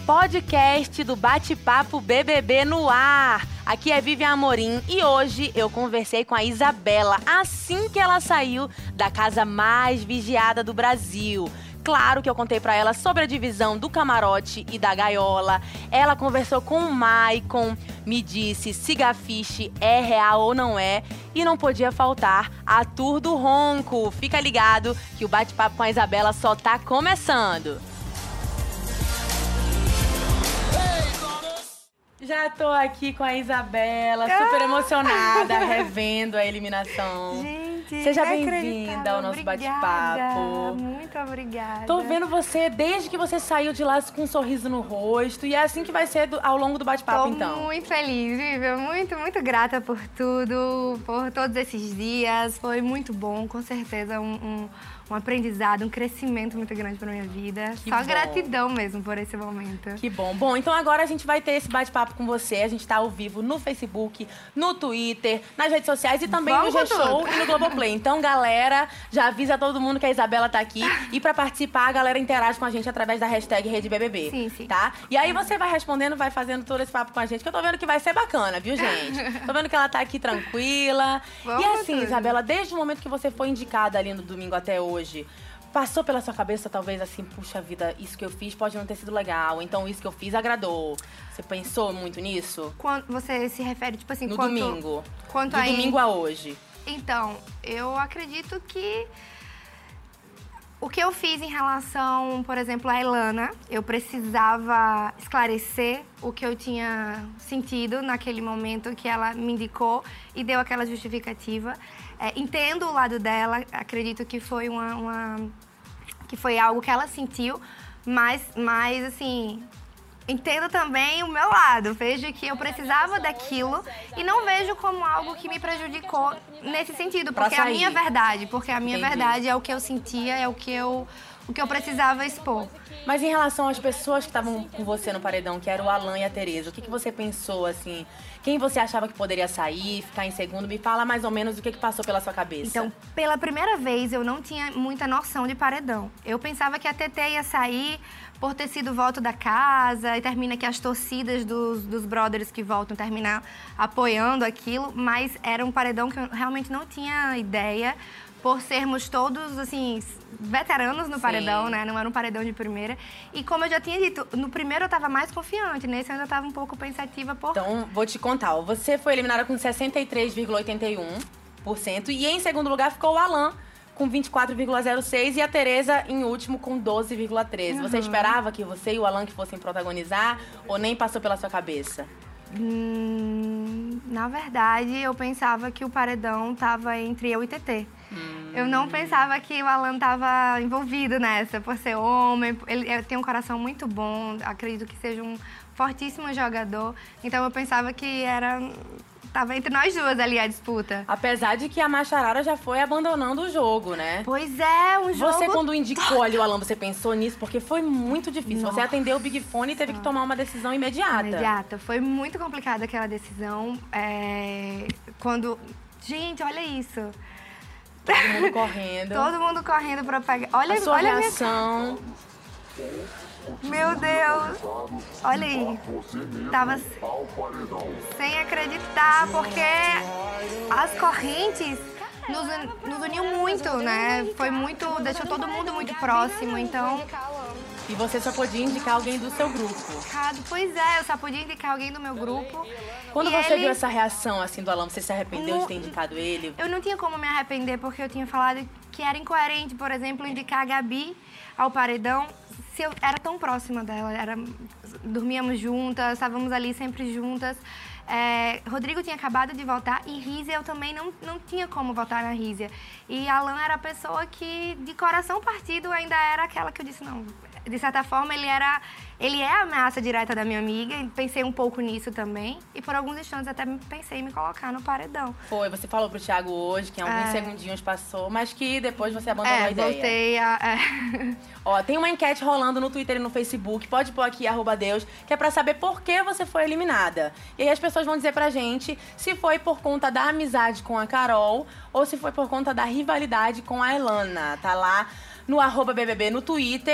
podcast do Bate-Papo BBB no ar. Aqui é Vivian Amorim e hoje eu conversei com a Isabela assim que ela saiu da casa mais vigiada do Brasil. Claro que eu contei pra ela sobre a divisão do camarote e da gaiola. Ela conversou com o Maicon, me disse se gafiche é real ou não é. E não podia faltar a tour do ronco. Fica ligado que o bate-papo com a Isabela só tá começando. Já tô aqui com a Isabela, super emocionada, revendo a eliminação. Gente, seja bem-vinda ao nosso bate-papo. Muito obrigada. Tô vendo você desde que você saiu de lá com um sorriso no rosto. E é assim que vai ser ao longo do bate-papo, então. Tô muito feliz, Vivian. Muito grata por tudo, por todos esses dias. Foi muito bom, com certeza um aprendizado, um crescimento muito grande pra minha vida. Que Só bom. Gratidão mesmo por esse momento. Que bom. Bom, então agora a gente vai ter esse bate-papo com você. A gente tá ao vivo no Facebook, no Twitter, nas redes sociais e também Vamos no com G-Show tudo. e no Globoplay. Então, galera, já avisa todo mundo que a Isabela tá aqui. E pra participar, a galera interage com a gente através da hashtag RedeBBB. Sim. Tá? E aí você vai respondendo, vai fazendo todo esse papo com a gente, que eu tô vendo que vai ser bacana, viu, gente? Tô vendo que ela tá aqui tranquila. Vamos E com assim, tudo. Isabela, desde o momento que você foi indicada ali no domingo até hoje, passou pela sua cabeça, talvez, assim, puxa vida, isso que eu fiz pode não ter sido legal, então isso que eu fiz agradou. Você pensou muito nisso? Quando você se refere, tipo assim, No quanto, domingo. Quanto Do domingo a hoje. Então, eu acredito que o que eu fiz em relação, por exemplo, à Ilana, eu precisava esclarecer o que eu tinha sentido naquele momento que ela me indicou e deu aquela justificativa. Entendo o lado dela, acredito que foi que foi algo que ela sentiu, mas assim, entendo também o meu lado. Vejo que eu precisava daquilo e não vejo como algo que me prejudicou nesse sentido, Pra porque a sair. minha verdade, porque a minha Entendi. verdade é o que eu sentia, é o que eu precisava expor. Mas em relação às pessoas que estavam com você no paredão, que era o Alan e a Tereza, o que você pensou, assim? Quem você achava que poderia sair, ficar em segundo? Me fala mais ou menos o que passou pela sua cabeça. Então, pela primeira vez, eu não tinha muita noção de paredão. Eu pensava que a TT ia sair por ter sido voto da casa, e termina que as torcidas dos brothers que voltam terminar apoiando aquilo, mas era um paredão que eu realmente não tinha ideia, por sermos todos, assim, veteranos no Sim. paredão, né? Não era um paredão de primeira. E como eu já tinha dito, no primeiro eu tava mais confiante, nesse eu ainda tava um pouco pensativa por... Então, vou te contar. Você foi eliminada com 63,81% e em segundo lugar ficou o Alan com 24,06% e a Tereza em último com 12,13%. Você esperava que você e o Alan que fossem protagonizar ou nem passou pela sua cabeça? Na verdade, eu pensava que o paredão tava entre eu e TT. Eu não pensava que o Alan tava envolvido nessa, por ser homem. Ele tem um coração muito bom, acredito que seja um fortíssimo jogador. Então eu pensava que tava entre nós duas ali a disputa. Apesar de que a Macharara já foi abandonando o jogo, né? Pois é, um jogo... Você, quando indicou ali o Alan, você pensou nisso? Porque foi muito difícil. Você Nossa. atendeu o Big Fone e teve que tomar uma decisão imediata. Imediata. Foi muito complicada aquela decisão. Quando... Gente, olha isso. Todo mundo correndo. Todo mundo correndo pra pegar... Olha, A sua olha a minha... reação. Meu Deus! Olha aí. Tava sem acreditar, porque as correntes nos uniu muito, né? Foi muito... Deixou todo mundo muito próximo, então... E você só podia indicar alguém do seu grupo. Pois é, eu só podia indicar alguém do meu grupo. Quando E você ele- viu essa reação, assim, do Alan, você se arrependeu de ter indicado ele? Eu não tinha como me arrepender, porque eu tinha falado que era incoerente, por exemplo, indicar a Gabi ao paredão se eu era tão próxima dela. Dormíamos juntas, estávamos ali sempre juntas. Rodrigo tinha acabado de voltar e Rízia eu também não tinha como votar na Rízia. E Alan era a pessoa que, de coração partido, ainda era aquela que eu disse, não... De certa forma, ele é a ameaça direta da minha amiga, e pensei um pouco nisso também. E por alguns instantes até pensei em me colocar no paredão. Foi, você falou pro Thiago hoje que em alguns segundinhos passou, mas que depois você abandonou a ideia. Voltei a... Ó, tem uma enquete rolando no Twitter e no Facebook, pode pôr aqui, @Deus, que é pra saber por que você foi eliminada. E aí as pessoas vão dizer pra gente se foi por conta da amizade com a Carol ou se foi por conta da rivalidade com a Ilana. Tá lá no @BBB no Twitter.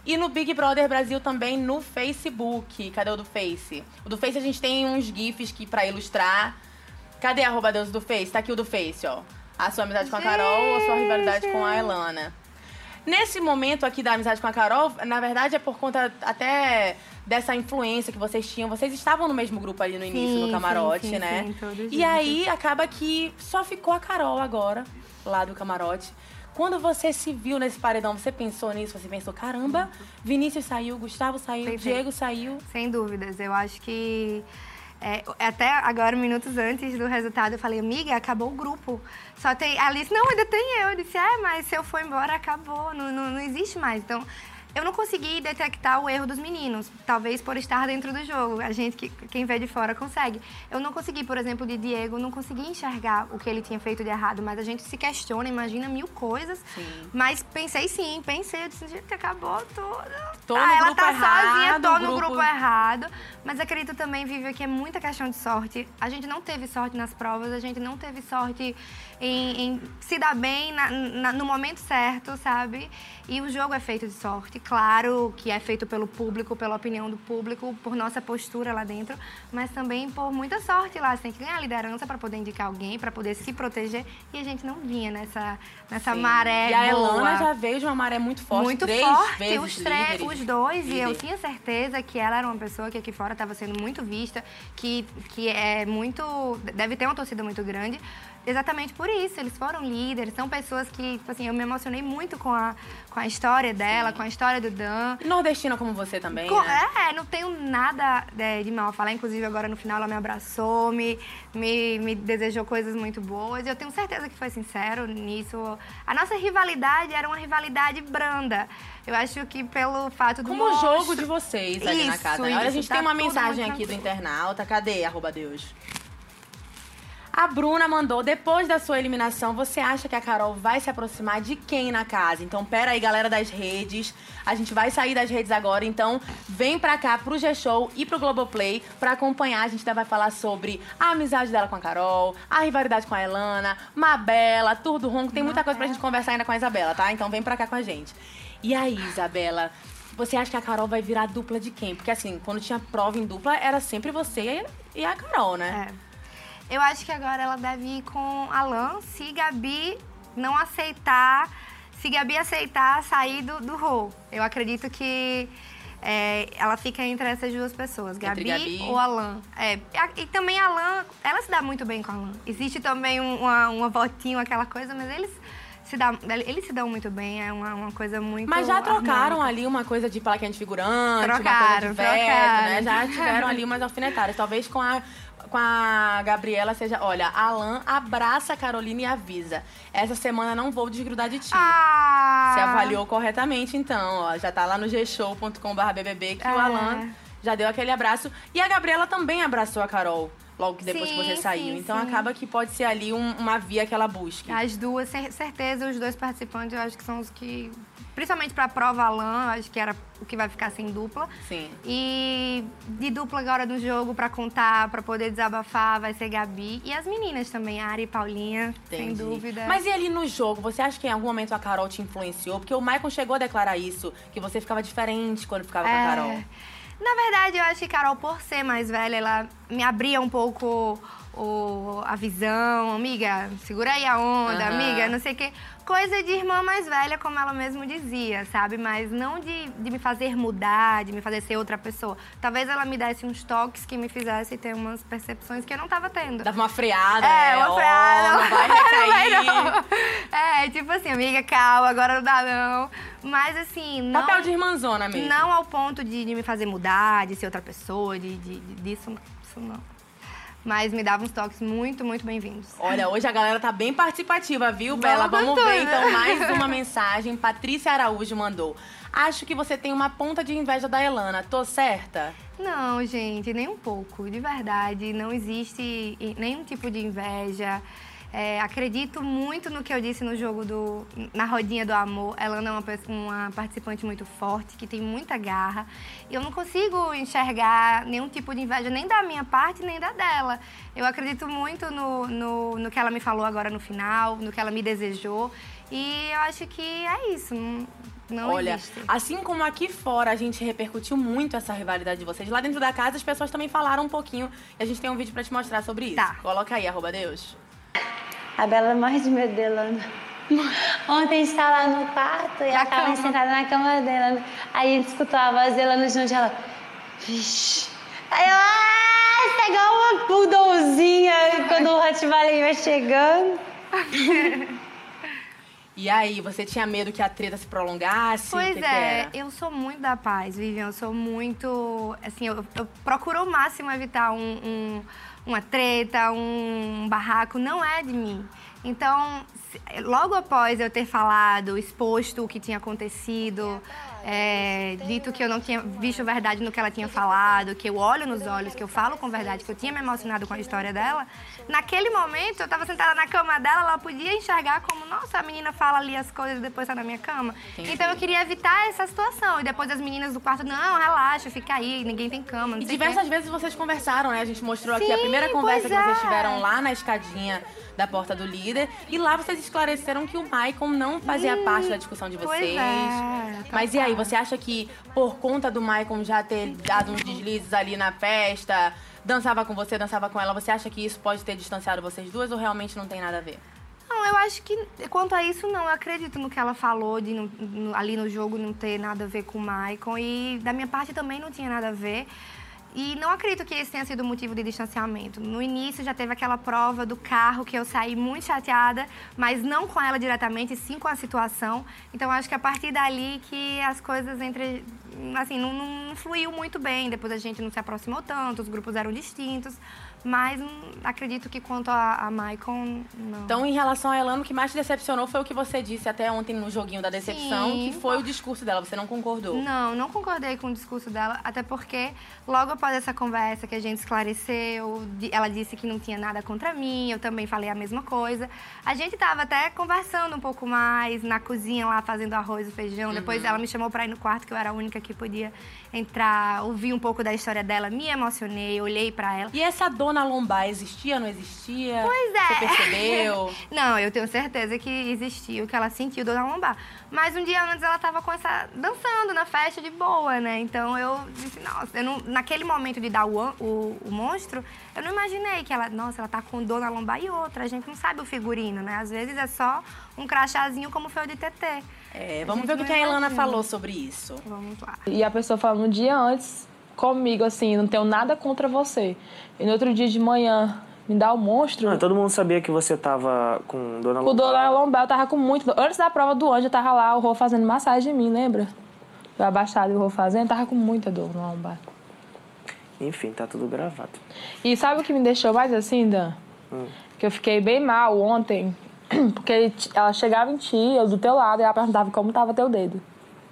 E no Big Brother Brasil também no Facebook. Cadê o do Face? O do Face a gente tem uns GIFs que, pra ilustrar. Cadê a @Deus do Face? Tá aqui o do Face, ó. A sua amizade com a Carol ou a sua rivalidade com a Elana. Nesse momento aqui da amizade com a Carol, na verdade é por conta até dessa influência que vocês tinham. Vocês estavam no mesmo grupo ali no início, no camarote, né? Sim, todos e aí acaba que só ficou a Carol agora, lá do camarote. Quando você se viu nesse paredão, você pensou nisso? Você pensou, caramba, Vinícius saiu, Gustavo saiu, Diego saiu? Sem dúvidas. Eu acho que... até agora, minutos antes do resultado, eu falei, amiga, acabou o grupo. Só tem... A Alice, não, ainda tem eu. Eu disse, mas se eu for embora, acabou. Não existe mais. Então, eu não consegui detectar o erro dos meninos. Talvez por estar dentro do jogo. A gente, quem vê de fora, consegue. Eu não consegui, por exemplo, de Diego, não consegui enxergar o que ele tinha feito de errado. Mas a gente se questiona, imagina mil coisas. Sim. Mas pensei. Eu disse, gente, acabou tudo. Tô no ela grupo tá errado, sozinha, tô no grupo errado. Mas acredito também, Vivi, que é muita questão de sorte. A gente não teve sorte nas provas, a gente não teve sorte em se dar bem no momento certo, sabe? E o jogo é feito de sorte. Claro que é feito pelo público, pela opinião do público, por nossa postura lá dentro, mas também por muita sorte lá. Você tem que ganhar liderança para poder indicar alguém, para poder se proteger. E a gente não vinha nessa maré boa. E a Elana já veio de uma maré muito forte. Muito 3 forte, vezes os dois. líder. E eu tinha certeza que ela era uma pessoa que aqui fora estava sendo muito vista, que é muito... Deve ter uma torcida muito grande. Exatamente por isso, eles foram líderes, são pessoas que, tipo assim, eu me emocionei muito com a história dela, sim, com a história do Dan. Nordestina como você também, né? Não tenho nada de mal a falar, inclusive agora no final ela me abraçou, me desejou coisas muito boas. Eu tenho certeza que foi sincero nisso. A nossa rivalidade era uma rivalidade branda. Eu acho que pelo fato do como o jogo de vocês ali na casa. Olha, a gente tá, tem uma mensagem aqui do internauta, cadê, @Deus? A Bruna mandou, depois da sua eliminação, você acha que a Carol vai se aproximar de quem na casa? Então, pera aí, galera das redes. A gente vai sair das redes agora, então vem pra cá, pro G-Show e pro Globoplay pra acompanhar. A gente ainda vai falar sobre a amizade dela com a Carol, a rivalidade com a Elana, Mabela, Tour do Ronco. Tem muita coisa pra gente conversar ainda com a Isabela, tá? Então vem pra cá com a gente. E aí, Isabela, você acha que a Carol vai virar dupla de quem? Porque assim, quando tinha prova em dupla, era sempre você e a Carol, né? Eu acho que agora ela deve ir com Alan, se Gabi não aceitar, se Gabi aceitar sair do Rô. Eu acredito que ela fica entre essas duas pessoas, Gabi ou Alan. E também Alan, ela se dá muito bem com Alan. Existe também uma votinho, aquela coisa, mas eles se dão muito bem, é uma coisa muito... Mas já trocaram ali uma coisa de plaquinha de figurante, uma coisa de veto, né? Já tiveram ali umas alfinetadas. Talvez com a Gabriela seja, olha, Alan abraça a Carolina e avisa. Essa semana não vou desgrudar de ti. Você avaliou corretamente, então, ó. Já tá lá no gshow.com/BBB que o Alan já deu aquele abraço. E a Gabriela também abraçou a Carol logo que depois que você saiu. Então acaba que pode ser ali uma via que ela busque. As duas, certeza, os dois participantes, eu acho que são os que... Principalmente pra prova Alan, acho que era o que vai ficar sem dupla. Sim. E de dupla agora no jogo, pra contar, pra poder desabafar, vai ser Gabi. E as meninas também, Ari e Paulinha, sem dúvida. Mas e ali no jogo, você acha que em algum momento a Carol te influenciou? Porque o Maicon chegou a declarar isso, que você ficava diferente quando ficava com a Carol. Na verdade, eu acho que Carol, por ser mais velha, ela me abria um pouco a visão. Amiga, segura aí a onda, amiga, não sei o quê. Coisa de irmã mais velha, como ela mesmo dizia, sabe? Mas não de me fazer mudar, de me fazer ser outra pessoa. Talvez ela me desse uns toques que me fizesse ter umas percepções que eu não tava tendo. Dava uma freada, uma freada. Não vai recair. Tipo assim, amiga, calma, agora não dá não. Mas assim, não... Papel de irmãzona mesmo. Não ao ponto de me fazer mudar, de ser outra pessoa, disso não. Mas me dava uns toques muito, muito bem-vindos. Olha, hoje a galera tá bem participativa, viu, Bela? Vamos ver, então, mais uma mensagem. Patrícia Araújo mandou. Acho que você tem uma ponta de inveja da Elana. Tô certa? Não, gente, nem um pouco. De verdade, não existe nenhum tipo de inveja. Acredito muito no que eu disse no jogo na rodinha do amor. Ela é uma participante muito forte, que tem muita garra. E eu não consigo enxergar nenhum tipo de inveja, nem da minha parte, nem da dela. Eu acredito muito no que ela me falou agora no final, no que ela me desejou. E eu acho que é isso. Não Olha, existe. assim como aqui fora a gente repercutiu muito essa rivalidade de vocês, lá dentro da casa as pessoas também falaram um pouquinho e a gente tem um vídeo pra te mostrar sobre isso. Tá. Coloca aí, @Deus. A Bela morre de medo dela. Ontem a gente tava lá no quarto e ela tava sentada na cama dela. Aí a gente escutou a voz dela no junto e ela... Vixe. Aí eu... Você é igual uma poodlezinha quando o Rottweiler vai chegando. E aí, você tinha medo que a treta se prolongasse? Pois que é, que eu sou muito da paz, Vivian. Eu sou muito... Assim, eu procuro ao máximo evitar uma treta, um barraco. Não é de mim. Então, logo após eu ter falado, exposto o que tinha acontecido, dito que eu não tinha visto verdade no que ela tinha falado, que eu olho nos olhos, que eu falo com verdade, que eu tinha me emocionado com a história dela, naquele momento eu estava sentada na cama dela, ela podia enxergar como, nossa, a menina fala ali as coisas e depois tá na minha cama. Entendi. Então eu queria evitar essa situação. E depois as meninas do quarto, não, relaxa, fica aí, ninguém tem cama, não E sei o diversas quê. vezes vocês conversaram, né? A gente mostrou aqui a Sim, primeira conversa que pois vocês é. tiveram lá na escadinha da porta do líder. E lá vocês esclareceram que o Maicon não fazia parte da discussão de Pois vocês. é, Mas e aí, você acha que por conta do Maicon já ter dado uns deslizes ali na festa, dançava com você, dançava com ela, você acha que isso pode ter distanciado vocês duas ou realmente não tem nada a ver? Não, eu acho que, quanto a isso, não. Eu acredito no que ela falou, de ali no jogo não ter nada a ver com o Maicon. E da minha parte também não tinha nada a ver. E não acredito que esse tenha sido o motivo de distanciamento. No início já teve aquela prova do carro que eu saí muito chateada, mas não com ela diretamente, sim com a situação. Então acho que a partir dali que as coisas entre... Assim, não fluiu muito bem. Depois a gente não se aproximou tanto, os grupos eram distintos. Mas acredito que quanto a Maicon, não. Então, em relação a Elano, o que mais te decepcionou foi o que você disse até ontem no joguinho da decepção, Sim. que foi o discurso dela. Você não concordou? Não concordei com o discurso dela, até porque logo após essa conversa que a gente esclareceu, ela disse que não tinha nada contra mim, eu também falei a mesma coisa. A gente tava até conversando um pouco mais na cozinha lá, fazendo arroz e feijão. Depois ela me chamou pra ir no quarto, que eu era a única que podia entrar, ouvir um pouco da história dela, me emocionei, olhei pra ela. E essa dona lombar existia, não existia? Pois é. Você percebeu? Não, eu tenho certeza que existiu, que ela sentiu dor na lombar. Mas um dia antes ela tava dançando na festa de boa, né? Então eu disse, nossa, naquele momento de dar o monstro, eu não imaginei que ela tá com dor na lombar. E outra, a gente não sabe o figurino, né? Às vezes é só um crachazinho como foi o de TT. Vamos ver o que a Elana falou sobre isso. Vamos lá. E a pessoa fala um dia antes comigo, assim, não tenho nada contra você. E no outro dia de manhã me dá o monstro. Não, todo mundo sabia que você tava com dor na Com lombar. dor na lombar, eu tava com muito dor. Antes da prova do anjo, eu tava lá, o Rô fazendo massagem em mim, lembra? Eu abaixado e o Rô fazendo, tava com muita dor na lombar. Enfim, tá tudo gravado. E sabe o que me deixou mais assim, Dan? Que eu fiquei bem mal ontem, porque ela chegava em ti, eu do teu lado, e ela perguntava como tava teu dedo.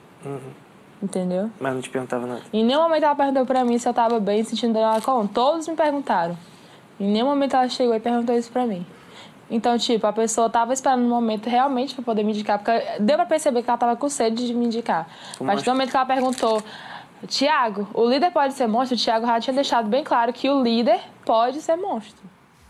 Entendeu? Mas não te perguntava nada. Em nenhum momento ela perguntou pra mim se eu tava bem, sentindo dor na coluna. Todos me perguntaram. Em nenhum momento ela chegou e perguntou isso pra mim. Então, tipo, a pessoa tava esperando um momento realmente pra poder me indicar, porque deu pra perceber que ela tava com sede de me indicar. Mas no momento que ela perguntou, Thiago, o líder pode ser monstro? O Thiago já tinha deixado bem claro que o líder pode ser monstro.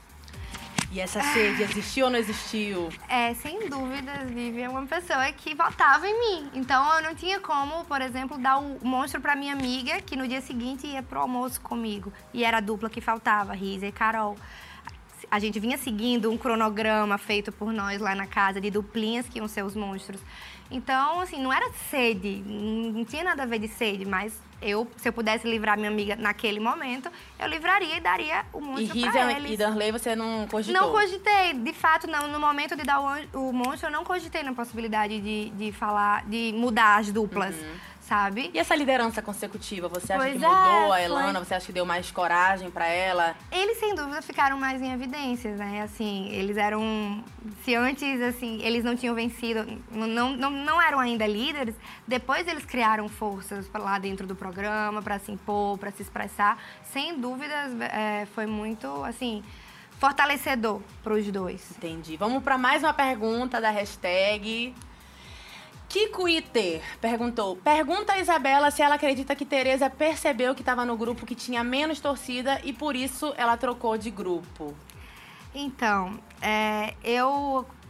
E essa sede existiu ou não existiu? Sem dúvidas, Vivi é uma pessoa que votava em mim. Então, eu não tinha como, por exemplo, dar o monstro pra minha amiga, que no dia seguinte ia pro almoço comigo. E era a dupla que faltava, Risa e Carol. A gente vinha seguindo um cronograma feito por nós lá na casa, de duplinhas que iam ser os monstros. Então, assim, não era sede, não tinha nada a ver de sede, mas se eu pudesse livrar minha amiga naquele momento, eu livraria e daria o monstro pra eles. E Darley você não cogitou? Não cogitei, de fato, não. No momento de dar o monstro, eu não cogitei na possibilidade de falar, de mudar as duplas, sabe? E essa liderança consecutiva, você acha Pois que mudou a foi. Elana? Você acha que deu mais coragem pra ela? Eles, sem dúvida, ficaram mais em evidências, né? Assim, eles eram... Se antes, assim, eles não tinham vencido, não eram ainda líderes, depois eles criaram forças lá dentro do programa pra se impor, pra se expressar. Sem dúvidas, foi muito, assim, fortalecedor pros dois. Entendi. Vamos pra mais uma pergunta da hashtag... Kiko Iter perguntou: pergunta a Isabela se ela acredita que Tereza percebeu que estava no grupo que tinha menos torcida e por isso ela trocou de grupo. Então, eu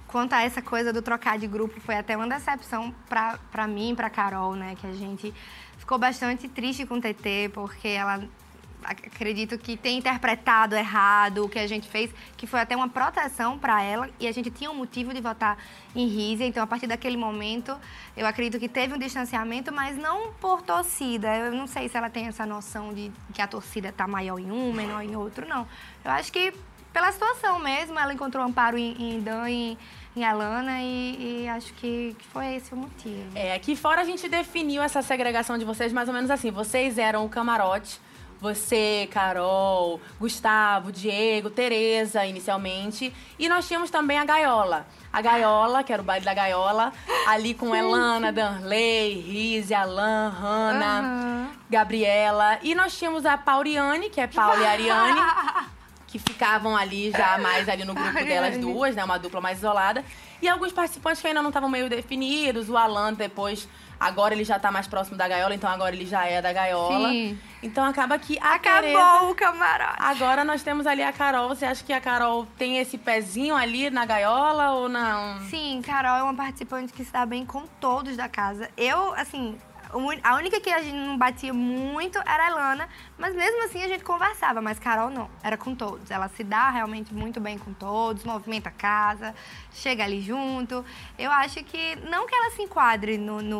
quanto a essa coisa do trocar de grupo, foi até uma decepção pra mim e pra Carol, né? Que a gente ficou bastante triste com o TT, porque ela, acredito que tem interpretado errado o que a gente fez, que foi até uma proteção pra ela, e a gente tinha um motivo de votar em Rízia, então a partir daquele momento, eu acredito que teve um distanciamento, mas não por torcida. Eu não sei se ela tem essa noção de que a torcida tá maior em um, menor em outro, não. Eu acho que pela situação mesmo, ela encontrou amparo em Dan e em Alana e acho que foi esse o motivo. Aqui fora a gente definiu essa segregação de vocês mais ou menos assim. Vocês eram o camarote, você, Carol, Gustavo, Diego, Tereza, inicialmente. E nós tínhamos também a gaiola. A gaiola, que era o baile da gaiola, ali com Elana, Danley, Rízia, Alan, Hanna, Gabriela. E nós tínhamos a Pauriane, que é Paula e Ariane, que ficavam ali já mais ali no grupo delas duas, né? Uma dupla mais isolada. E alguns participantes que ainda não estavam meio definidos. O Alan depois, agora ele já tá mais próximo da gaiola, então agora ele já é da gaiola. Sim. Então acaba que Acabou o camarote. Agora nós temos ali a Carol. Você acha que a Carol tem esse pezinho ali na gaiola ou não? Sim, Carol é uma participante que se dá bem com todos da casa. Eu, assim, a única que a gente não batia muito era a Elana, mas mesmo assim a gente conversava, mas Carol não, era com todos. Ela se dá realmente muito bem com todos, movimenta a casa, chega ali junto. Eu acho que, não que ela se enquadre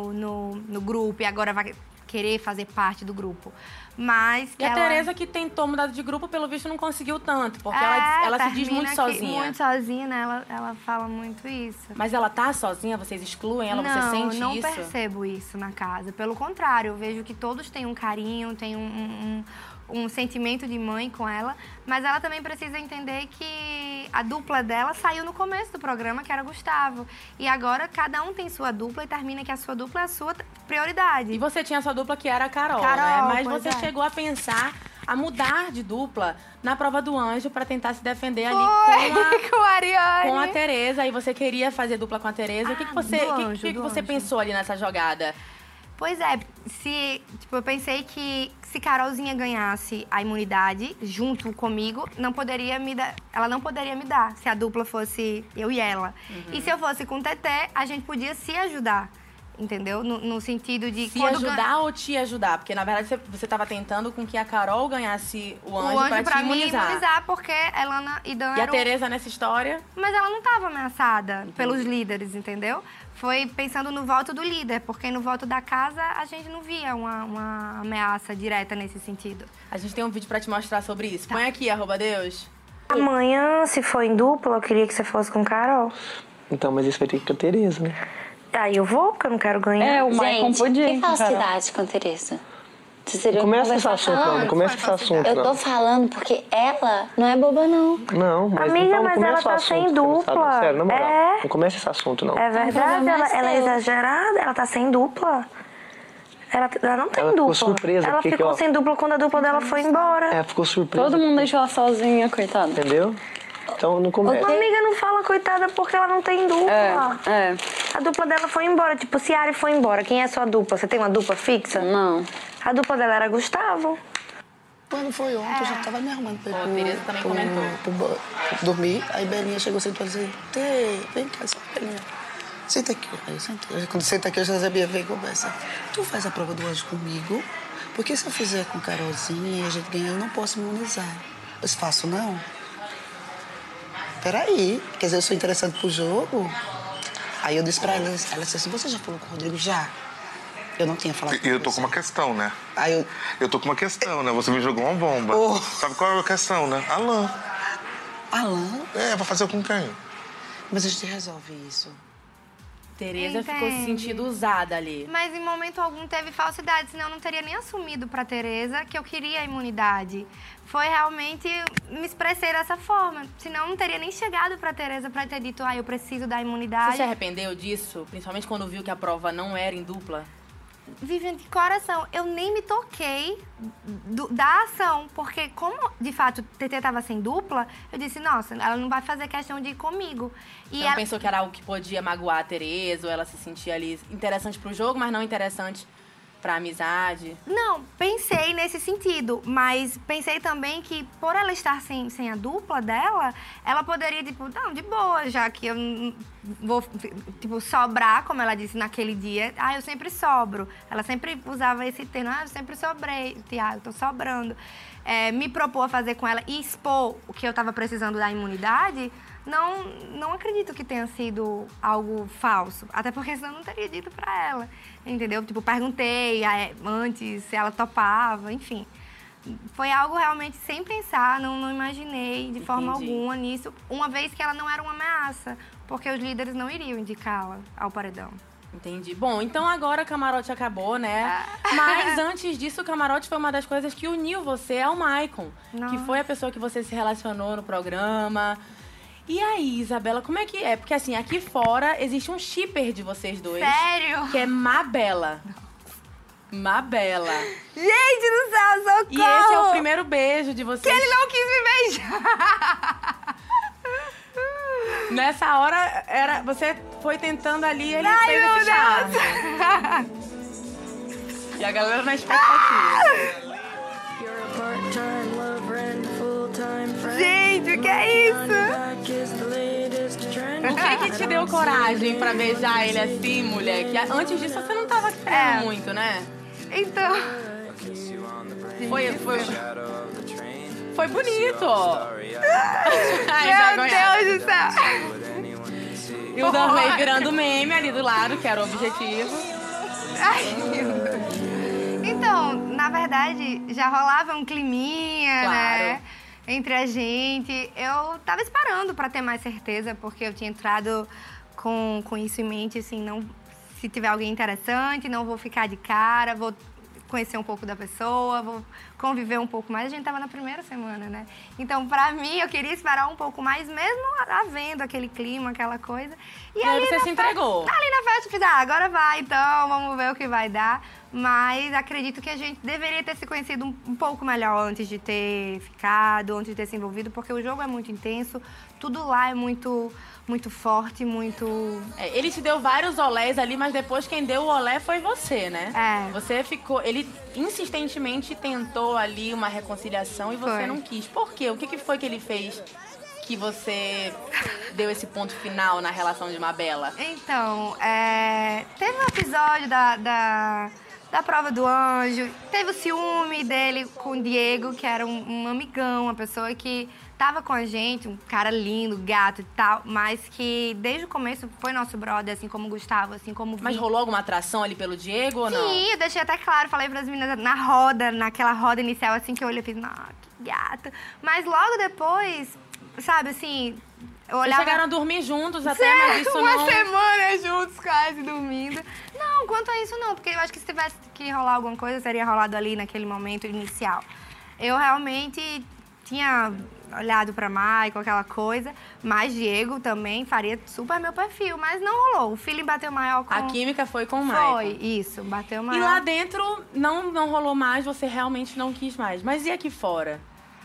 no grupo e agora vai querer fazer parte do grupo, mas que E a ela... Tereza, que tentou mudar de grupo, pelo visto não conseguiu tanto, porque ela se diz muito sozinha. Muito sozinha, né? Ela fala muito isso. Mas ela tá sozinha? Vocês excluem ela? Você sente não isso? Não percebo isso na casa. Pelo contrário, eu vejo que todos têm um carinho, têm um sentimento de mãe com ela, mas ela também precisa entender que a dupla dela saiu no começo do programa, que era Gustavo. E agora cada um tem sua dupla e termina que a sua dupla é a sua prioridade. E você tinha a sua dupla, que era a Carol, né? Mas você chegou a pensar a mudar de dupla na prova do anjo pra tentar se defender ali com a Ariane. Com a Tereza. E você queria fazer dupla com a Tereza. O que você pensou ali nessa jogada? Pois é, eu pensei que se Carolzinha ganhasse a imunidade junto comigo, ela não poderia me dar, se a dupla fosse eu e ela. E se eu fosse com o Teté, a gente podia se ajudar, entendeu? No sentido de... Se ajudar ou te ajudar? Porque, na verdade, você estava tentando com que a Carol ganhasse o anjo pra te imunizar. Me imunizar, porque Elana e Dan E a Tereza nessa história? Mas ela não estava ameaçada pelos líderes, entendeu? Foi pensando no voto do líder, porque no voto da casa a gente não via uma ameaça direta nesse sentido. A gente tem um vídeo pra te mostrar sobre isso. Põe aqui, @Deus. Amanhã, se for em dupla, eu queria que você fosse com Carol. Então, mas isso vai ter que ir com a Tereza, né? Aí eu vou, porque eu não quero ganhar. O Maicon podia. Que falsidade com a Tereza? Não começa esse assunto, não. Não começa esse assunto, Eu não. tô falando porque ela não é boba, não. Não, mas Amiga, então, mas não ela começa o tá assunto, sem dupla. Sério, na moral. É. Não começa esse assunto, não. É verdade, problema é ela é seu. exagerada, ela tá sem dupla. Ela não tem Ela dupla. ficou surpresa, Ela porque, ficou ó, sem dupla quando a dupla dela foi embora. É, ficou surpresa. Todo mundo deixou ela sozinha, coitada. Entendeu? Então, não começa. Uma amiga não fala coitada porque ela não tem dupla. É. A dupla dela foi embora. Tipo, se a Ari foi embora, quem é sua dupla? Você tem uma dupla fixa? Não. A dupla dela era Gustavo. Quando foi ontem, eu já tava me arrumando pra ir A Tereza também comentou. dormir. Aí Belinha chegou sentou e disse, vem cá, Belinha. Senta aqui. Aí eu sentei. Quando senta aqui, eu já sabia, vem conversa. Tu faz a prova do anjo comigo, porque se eu fizer com Carolzinha e a gente ganhar, eu não posso me imunizar. Eu disse, faço não? Peraí, quer dizer, eu sou interessante pro jogo? Aí eu disse pra ela disse assim, você já falou com o Rodrigo? Já. Eu não tinha falado com E eu tô você. com uma questão, né? Aí Eu tô com uma questão, né? Você me jogou uma bomba. Oh. Sabe qual é a questão, né? Alan. Alan, Vai fazer com quem? mas a gente resolve isso. Tereza ficou se Entende. sentindo usada ali. Mas em momento algum teve falsidade, senão eu não teria nem assumido pra Tereza que eu queria a imunidade. Foi realmente, me expressei dessa forma. Senão eu não teria nem chegado pra Tereza pra ter dito, eu preciso da Você imunidade. se arrependeu disso? Principalmente quando viu que a prova não era em dupla? Viviane, de coração, eu nem me toquei da ação, porque como, de fato, TT estava sem dupla, eu disse, nossa, ela não vai fazer questão de ir comigo. E Você não pensou que era algo que podia magoar a Tereza, ou ela se sentia ali interessante pro jogo, mas não interessante pra amizade? Não, pensei nesse sentido, mas pensei também que por ela estar sem a dupla dela, ela poderia, tipo, não, de boa, já que eu não vou, tipo, sobrar, como ela disse naquele dia. Ah, eu sempre sobro. Ela sempre usava esse termo, eu sempre sobrei, Thiago, tô sobrando. Me propor a fazer com ela e expor o que eu tava precisando da imunidade, não acredito que tenha sido algo falso. Até porque senão eu não teria dito pra ela, entendeu? Tipo, perguntei antes se ela topava, enfim. Foi algo realmente sem pensar, não imaginei de forma alguma nisso, uma vez que ela não era uma ameaça, porque os líderes não iriam indicá-la ao paredão. Entendi. Bom, então agora o camarote acabou, né? Mas antes disso, o camarote foi uma das coisas que uniu você ao Maicon, que foi a pessoa que você se relacionou no programa. E aí, Isabela, como é que é? Porque assim, aqui fora existe um shipper de vocês dois. Sério? Que é Mabela. Mabela. Gente do céu, socorro! E esse é o primeiro beijo de vocês. Que ele não quis me beijar! Nessa hora, você foi tentando ali, ele Ai, fez esse charme. E a galera na expectativa. Gente, o que é isso? O que te deu coragem pra beijar ele assim, mulher? Que antes disso você não tava querendo muito, né? Então... Foi bonito. Meu Deus do céu. E o Darley virando meme ali do lado, que era o objetivo. Ai, então, na verdade, já rolava um climinha, né? Entre a gente. Eu tava esperando pra ter mais certeza, porque eu tinha entrado com isso em mente, assim, não, se tiver alguém interessante, não vou ficar de cara, vou conhecer um pouco da pessoa, vou conviver um pouco mais. A gente tava na primeira semana, né? Então, pra mim, eu queria esperar um pouco mais, mesmo havendo aquele clima, aquela coisa. E aí você se entregou. Ali na festa, eu fiz, agora vai, então, vamos ver o que vai dar. Mas acredito que a gente deveria ter se conhecido um pouco melhor antes de ter ficado, antes de ter se envolvido, porque o jogo é muito intenso, tudo lá é muito forte, muito... Ele te deu vários olés ali, mas depois quem deu o olé foi você, né? Você ficou... Ele insistentemente tentou ali uma reconciliação e você não quis. Por quê? O que foi que ele fez que você deu esse ponto final na relação de Mabela? Então, teve um episódio da prova do anjo, teve o ciúme dele com o Diego, que era um amigão, uma pessoa que tava com a gente, um cara lindo, gato e tal, mas que desde o começo foi nosso brother, assim como o Gustavo, assim como o Mas rolou alguma atração ali pelo Diego ou não? Sim, eu deixei até claro, falei pras meninas naquela roda inicial, assim, que eu olhei e fiz, que gato. Mas logo depois, sabe, assim... Vocês chegaram a dormir juntos até, mas isso uma não... semana juntos, quase dormindo. Não, quanto a isso não, porque eu acho que se tivesse que rolar alguma coisa, teria rolado ali naquele momento inicial. Eu realmente tinha olhado pra Maicon, aquela coisa, mas Diego também faria super meu perfil, mas não rolou. O feeling bateu maior com... A química foi com o Maicon. Foi, isso, bateu maior. E lá dentro não rolou mais, você realmente não quis mais. Mas e aqui fora?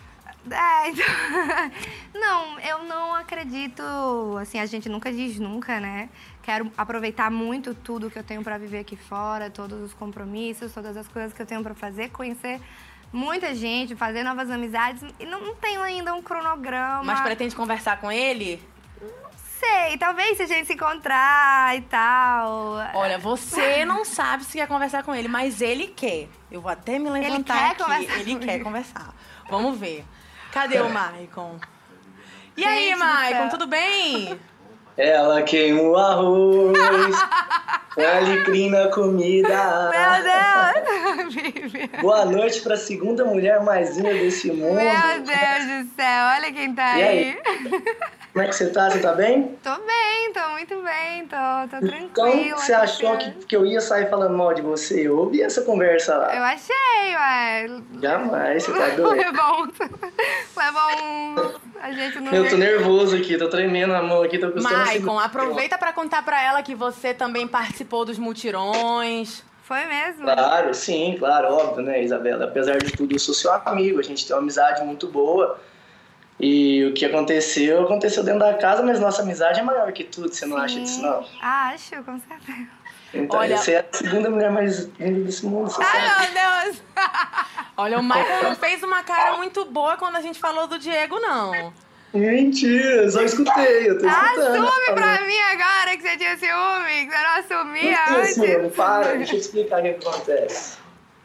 Não, eu não acredito, assim, a gente nunca diz nunca, né? Quero aproveitar muito tudo que eu tenho pra viver aqui fora, todos os compromissos, todas as coisas que eu tenho pra fazer, conhecer muita gente, fazer novas amizades. E não tenho ainda um cronograma. Mas pretende conversar com ele? Não sei, talvez se a gente se encontrar e tal. Olha, você não sabe se quer conversar com ele, mas ele quer. Eu vou até me levantar aqui. Ele quer conversar. Vamos ver. Cadê o Maicon? E aí, Maicon, tudo bem? Ela queima o arroz, alecrim na comida. Meu Deus! Boa noite pra segunda mulher mais linda desse mundo. Meu Deus do céu, olha quem tá e aí. Como é que você tá? Você tá bem? Tô bem, tô muito bem, tô tranquila. Então, você achou que eu ia sair falando mal de você? Eu ouvi essa conversa lá. Eu achei, ué. Jamais, você tá doido. Levou a gente não... Eu tô nervoso aqui, tô tremendo a mão aqui, tô custando... Maicon, aproveita pra contar pra ela que você também participou dos mutirões. Foi mesmo? Claro, sim, claro, óbvio, né, Isabela? Apesar de tudo, eu sou seu amigo, a gente tem uma amizade muito boa. E o que aconteceu dentro da casa, mas nossa amizade é maior que tudo, você não acha disso, não? Acho, com certeza. Então, Olha... você é a segunda mulher mais linda desse mundo, você sabe? Ai, meu Deus! Olha, o Michael não fez uma cara muito boa quando a gente falou do Diego, não. Mentira, só escutei, eu tô escutando. Assume pra mim agora que você tinha ciúme, que você não assumia Não antes. ciúme, para, deixa eu te explicar o que acontece.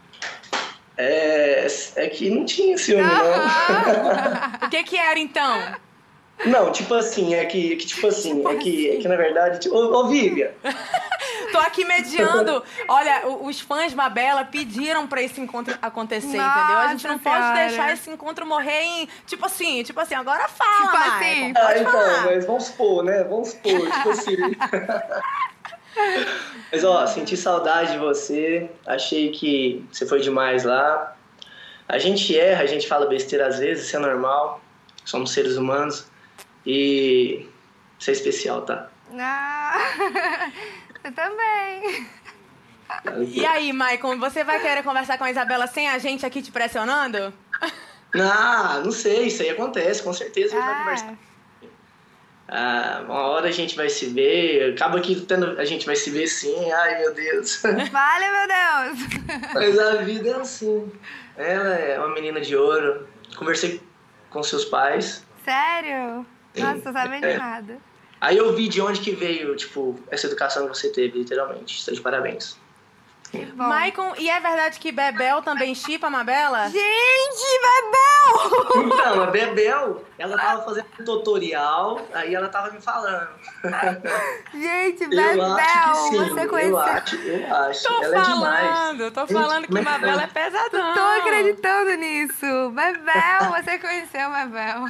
É que não tinha ciúme, não. O que era, então? Não, tipo assim, é que na verdade... Tipo, ô, Vivian... Tô aqui mediando. Olha, os fãs Mabela pediram pra esse encontro acontecer, Nossa, entendeu? A gente não pode senhora. deixar esse encontro morrer em... Tipo assim, agora fala, Tipo Michael, assim. pode então, falar. mas vamos supor, né? Vamos supor, tipo assim... Mas, ó, senti saudade de você. Achei que você foi demais lá. A gente erra, a gente fala besteira às vezes, isso é normal. Somos seres humanos. E você é especial, tá? Eu também. E aí, Michael, você vai querer conversar com a Isabela sem a gente aqui te pressionando? Não sei, isso aí acontece, com certeza a gente vai conversar. Uma hora a gente vai se ver, acaba que a gente vai se ver sim, ai meu Deus. Vale, meu Deus. Mas a vida é assim. Ela é uma menina de ouro. Conversei com seus pais. Sério? Nossa, tô sabendo de nada. Aí eu vi de onde que veio, tipo, essa educação que você teve, literalmente. Estou de parabéns. Bom. Michael, e é verdade que Bebel também shippa a Mabela? Gente, Bebel! Então, a Bebel, ela tava fazendo um tutorial, aí ela tava me falando. Gente, Eu Bebel, acho que sim, você conheceu... eu acho. Tô Ela falando, é demais. tô falando que Mabela é pesadão. Tô acreditando nisso. Bebel, você conheceu Bebel.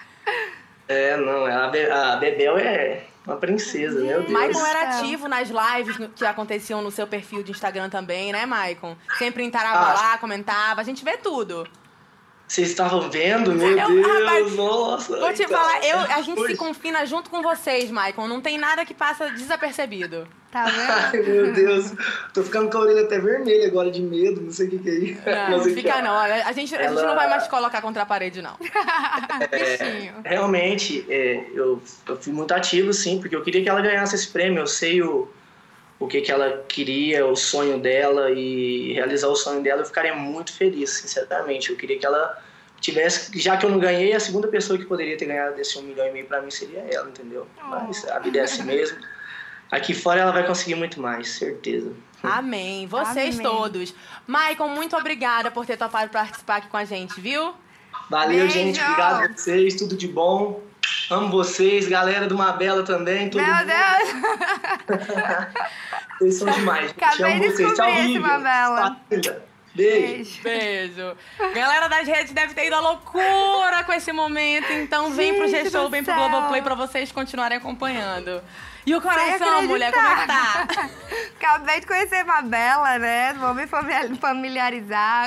Não, a Bebel é uma princesa, meu Deus. Michael era ativo nas lives que aconteciam no seu perfil de Instagram também, né, Michael? Sempre entrava lá, comentava, a gente vê tudo. Vocês estavam vendo? Meu Deus, rapaz, nossa. Vou te então, falar, a gente se confina junto com vocês, Michael. Não tem nada que passa desapercebido. Tá vendo? Ai, meu Deus. Tô ficando com a orelha até vermelha agora de medo, não sei o que é isso. Não fica não. A gente não vai mais te colocar contra a parede, não. Bichinho. Realmente, eu fui muito ativo, sim, porque eu queria que ela ganhasse esse prêmio. Eu sei o que ela queria, o sonho dela, e realizar o sonho dela eu ficaria muito feliz, sinceramente. Eu queria que ela tivesse, já que eu não ganhei, a segunda pessoa que poderia ter ganhado desse 1,5 milhão pra mim seria ela, entendeu? Mas a vida é assim mesmo. Aqui fora ela vai conseguir muito mais, certeza. Amém. Vocês todos. Michael, muito obrigada por ter topado participar aqui com a gente, viu? Valeu, Beijo. gente. Obrigado a vocês. Tudo de bom. Amo vocês. Galera do Mabela também. Todo Meu mundo. Deus! Vocês são demais. Acabei Amo de vocês. Tchau, descobrir esse Vivian. Mabela. Beijo. Beijo. Galera das redes deve ter ido à loucura com esse momento, então vem pro Gente G-Show, do vem pro céu. Globoplay pra vocês continuarem acompanhando. E o Sem coração, acreditar. mulher, como é que tá? Acabei de conhecer Mabela, né? Vou me familiarizar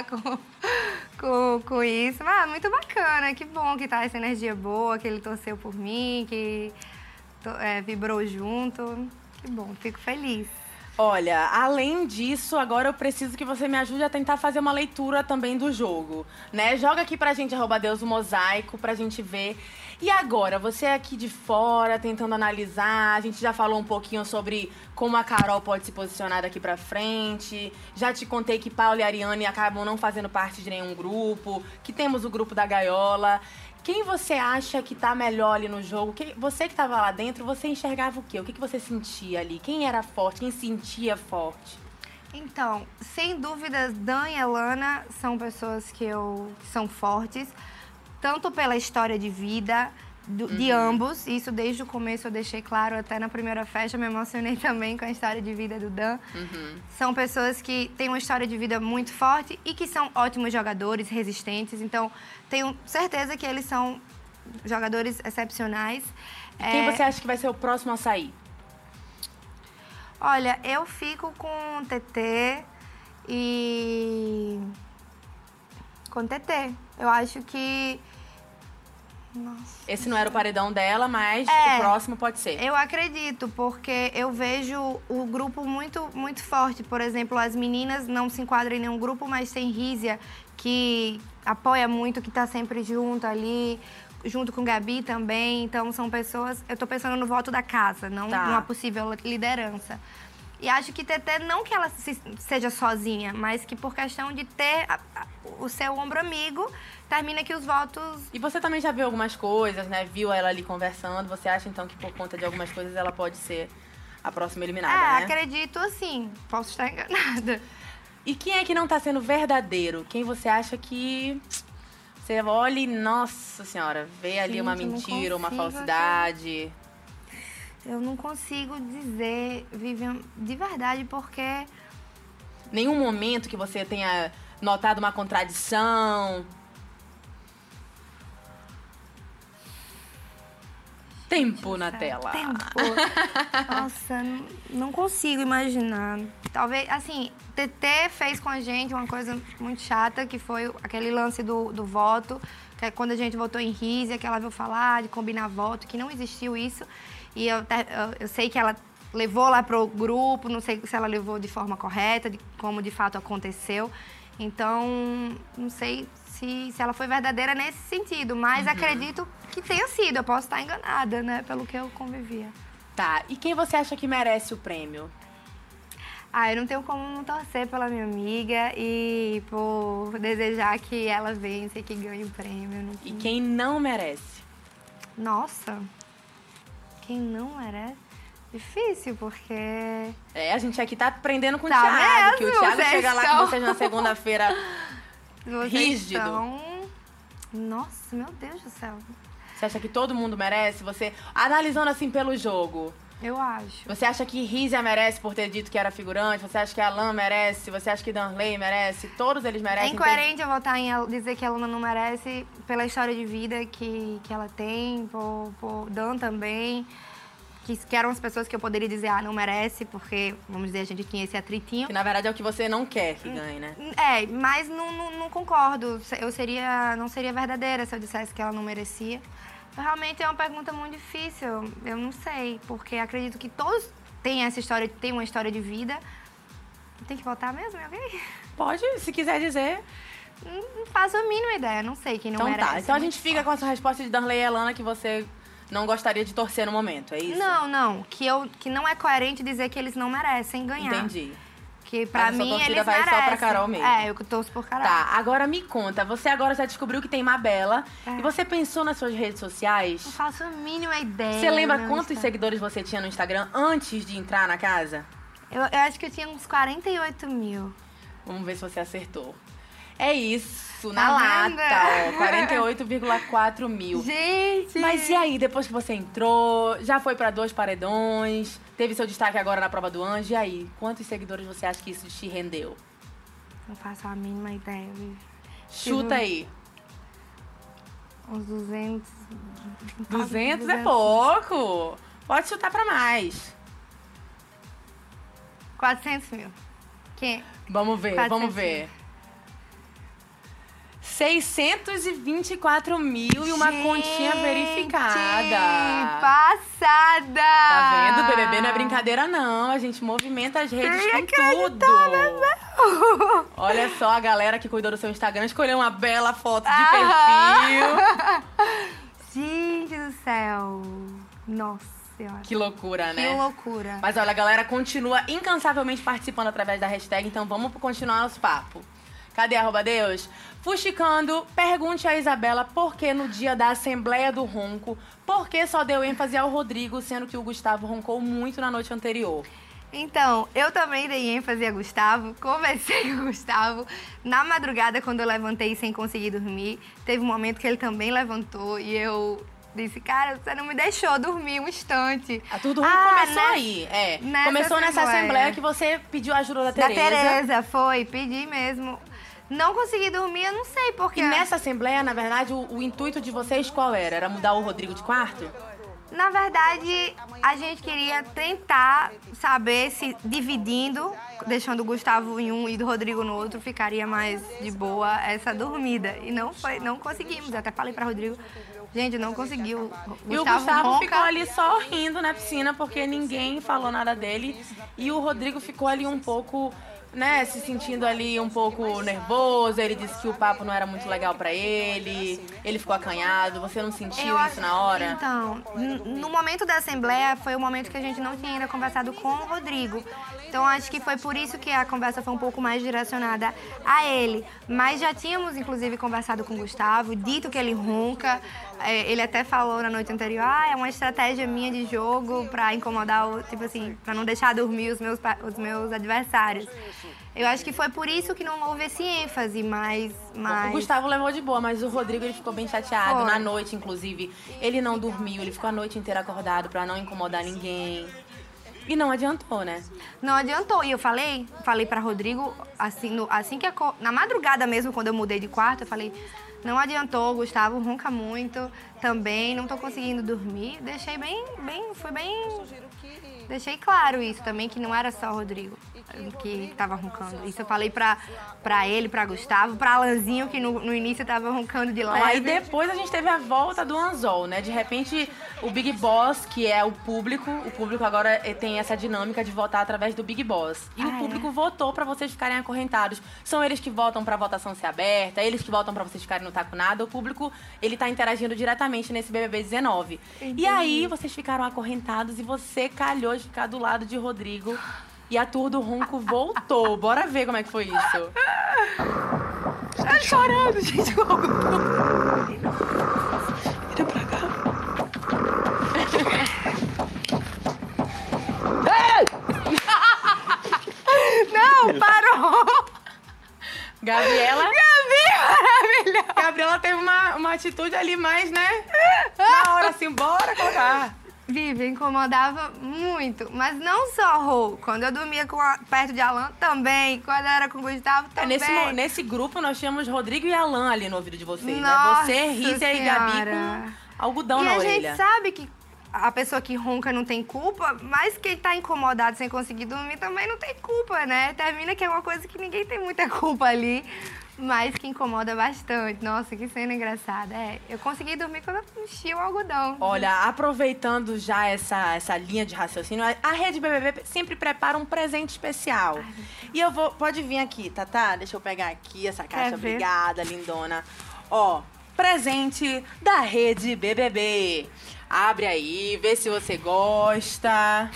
com isso. Mas muito bacana, que bom que tá essa energia boa, que ele torceu por mim, que vibrou junto. Que bom, fico feliz. Olha, além disso, agora eu preciso que você me ajude a tentar fazer uma leitura também do jogo, né? Joga aqui pra gente, @deusomosaico, pra gente ver. E agora, você aqui de fora, tentando analisar, a gente já falou um pouquinho sobre como a Carol pode se posicionar daqui pra frente. Já te contei que Paula e Ariane acabam não fazendo parte de nenhum grupo, que temos o grupo da Gaiola. Quem você acha que tá melhor ali no jogo? Você que tava lá dentro, você enxergava o quê? O que você sentia ali? Quem era forte? Quem sentia forte? Então, sem dúvidas, Dan e Elana são pessoas que são fortes, tanto pela história de vida de ambos. Isso desde o começo eu deixei claro, até na primeira festa me emocionei também com a história de vida do Dan. São pessoas que têm uma história de vida muito forte e que são ótimos jogadores, resistentes. Então, tenho certeza que eles são jogadores excepcionais. Quem você acha que vai ser o próximo a sair? Olha, eu fico com o TT e... com o TT. Eu acho que... Nossa. Esse não era o paredão dela, mas o próximo pode ser. Eu acredito, porque eu vejo o grupo muito, muito forte. Por exemplo, as meninas não se enquadram em nenhum grupo, mas tem Rízia, que apoia muito, que tá sempre junto ali, junto com Gabi também. Então, são pessoas... Eu tô pensando no voto da casa, não numa possível liderança. E acho que Tetê, não que ela seja sozinha, mas que por questão de ter o seu ombro amigo, termina que os votos... E você também já viu algumas coisas, né? Viu ela ali conversando. Você acha, então, que por conta de algumas coisas ela pode ser a próxima eliminada, né? Acredito assim. Posso estar enganada. E quem é que não tá sendo verdadeiro? Quem você acha que... Você olha e, nossa senhora, vê ali uma mentira, uma falsidade... Eu não consigo dizer, Vivian, de verdade, porque... Nenhum momento que você tenha notado uma contradição? Tempo na tela. Tempo. Nossa, não consigo imaginar. Talvez, assim, Tetê fez com a gente uma coisa muito chata, que foi aquele lance do voto, que é quando a gente votou em Rízia, que ela veio falar de combinar voto, que não existiu isso. E eu sei que ela levou lá pro grupo, não sei se ela levou de forma correta, de como de fato aconteceu. Então, não sei se ela foi verdadeira nesse sentido, mas acredito que tenha sido. Eu posso estar enganada, né, pelo que eu convivia. Tá, e quem você acha que merece o prêmio? Eu não tenho como não torcer pela minha amiga e por desejar que ela vença e que ganhe o prêmio. E quem não merece? Nossa... Quem não merece? Difícil, porque... A gente aqui tá aprendendo com o Thiago, mesmo, que o Thiago chega lá com vocês na segunda-feira rígido. Nossa, meu Deus do céu. Você acha que todo mundo merece? Você, analisando assim pelo jogo... Eu acho. Você acha que Rízia merece por ter dito que era figurante? Você acha que a Alan merece? Você acha que Danley merece? Todos eles merecem? É incoerente eu votar em dizer que a Luna não merece pela história de vida que ela tem, por Dan também, que eram as pessoas que eu poderia dizer, não merece, porque, vamos dizer, a gente tinha esse atritinho. Que na verdade é o que você não quer que ganhe, né? Mas não concordo. Não seria verdadeira se eu dissesse que ela não merecia. Realmente é uma pergunta muito difícil, eu não sei, porque acredito que todos têm uma história de vida. Tem que votar mesmo em alguém? Pode, se quiser dizer. Não faço a mínima ideia, não sei quem não merece. Então tá, então a gente fica com essa resposta de Danley e Alana que você não gostaria de torcer no momento, é isso? Não, que não é coerente dizer que eles não merecem ganhar. Entendi. Que pra mim eles vai merecem. Só pra Carol mesmo. Eu torço por Carol. Tá, agora me conta, você agora já descobriu que tem Mabela e você pensou nas suas redes sociais? Não faço a mínima ideia. Você lembra quantos seguidores você tinha no Instagram antes de entrar na casa? Eu acho que eu tinha uns 48 mil. Vamos ver se você acertou. É isso, na lata, ó, 48,4 mil. Gente! Mas e aí, depois que você entrou, já foi pra 2 paredões, teve seu destaque agora na prova do Anjo, e aí, quantos seguidores você acha que isso te rendeu? Não faço a mínima ideia, viu? Chuta aí. Uns 200. 200 é pouco. Pode chutar pra mais. 400 mil. Que? Vamos ver, 400 vamos ver. 624 mil e uma continha verificada. Passada! Tá vendo? O BBB não é brincadeira, não. A gente movimenta as redes com tudo. Olha só, a galera que cuidou do seu Instagram escolheu uma bela foto de perfil. Gente do céu. Nossa Senhora. Que loucura, né? Que loucura. Mas olha, a galera continua incansavelmente participando através da hashtag, então vamos continuar nosso papo. Cadê @Deus? Fuxicando, pergunte a Isabela por que no dia da Assembleia do Ronco, por que só deu ênfase ao Rodrigo, sendo que o Gustavo roncou muito na noite anterior? Então, eu também dei ênfase a Gustavo, conversei com o Gustavo. Na madrugada, quando eu levantei sem conseguir dormir, teve um momento que ele também levantou e eu disse, cara, você não me deixou dormir um instante. Tudo começou aí, começou nessa Assembleia que você pediu a ajuda da Tereza. Da Tereza, foi, pedi mesmo. Não consegui dormir, eu não sei porquê. E nessa Assembleia, na verdade, o intuito de vocês qual era? Era mudar o Rodrigo de quarto? Na verdade, a gente queria tentar saber se dividindo, deixando o Gustavo em um e o Rodrigo no outro, ficaria mais de boa essa dormida. E não conseguimos. Eu até falei pra Rodrigo, gente, não conseguiu. E o Gustavo ficou ali só rindo na piscina, porque ninguém falou nada dele. E o Rodrigo ficou ali um pouco né, se sentindo ali um pouco nervoso. Ele disse que o papo não era muito legal pra ele. Ele ficou acanhado. Você não sentiu isso na hora? Então, no momento da assembleia, foi o momento que a gente não tinha ainda conversado com o Rodrigo. Então, acho que foi por isso que a conversa foi um pouco mais direcionada a ele. Mas já tínhamos, inclusive, conversado com o Gustavo, dito que ele ronca. Ele até falou na noite anterior, é uma estratégia minha de jogo pra incomodar, tipo assim, pra não deixar dormir os meus adversários. Eu acho que foi por isso que não houve esse ênfase, mas... O Gustavo levou de boa, mas o Rodrigo, ele ficou bem chateado. Na noite, inclusive, ele não dormiu, ele ficou a noite inteira acordado pra não incomodar ninguém. E não adiantou, né? Não adiantou. E eu falei pra Rodrigo, assim que na madrugada mesmo, quando eu mudei de quarto, eu falei, não adiantou, o Gustavo ronca muito também, não tô conseguindo dormir. Deixei claro isso também, que não era só o Rodrigo que tava roncando. Isso eu falei pra ele, pra Gustavo, pra Alanzinho, que no início tava roncando de leve. Aí depois a gente teve a volta do Anzol, né? De repente, o Big Boss, que é o público agora tem essa dinâmica de votar através do Big Boss. E o público votou pra vocês ficarem acorrentados. São eles que votam pra votação ser aberta, eles que votam pra vocês ficarem no taco nada. O público, ele tá interagindo diretamente nesse BBB 19. Entendi. E aí, vocês ficaram acorrentados e você calhou de ficar do lado de Rodrigo. E a tour do ronco voltou. Bora ver como é que foi isso. Tá chorando, gente. Vira pra cá. Não, parou. Gabriela. Maravilhosa. Gabriela teve uma atitude ali mais, né? Na hora assim, bora colocar. Vivi, incomodava muito. Mas não só Rô. Quando eu dormia perto de Alan, também. Quando eu era com o Gustavo, também. Nesse grupo, nós tínhamos Rodrigo e Alan ali no ouvido de vocês, Nossa, né? Você, Rízia e Gabi com algodão na orelha. E a gente sabe que a pessoa que ronca não tem culpa, mas quem tá incomodado sem conseguir dormir também não tem culpa, né? Termina que é uma coisa que ninguém tem muita culpa ali. Mas que incomoda bastante. Nossa, que cena engraçada. Eu consegui dormir quando eu enchi o algodão. Olha, aproveitando já essa linha de raciocínio, a Rede BBB sempre prepara um presente especial. E eu vou... Pode vir aqui, Tatá? Deixa eu pegar aqui essa caixa. Obrigada, lindona. Ó, presente da Rede BBB. Abre aí, vê se você gosta.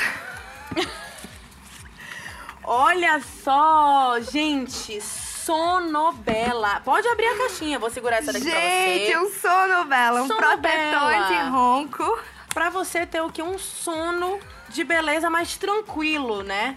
Olha só, gente... Sonobela. Pode abrir a caixinha, vou segurar essa daqui pra você. Gente, um Sonobela, um protetor anti-ronco. Pra você ter o quê? Um sono de beleza mais tranquilo, né?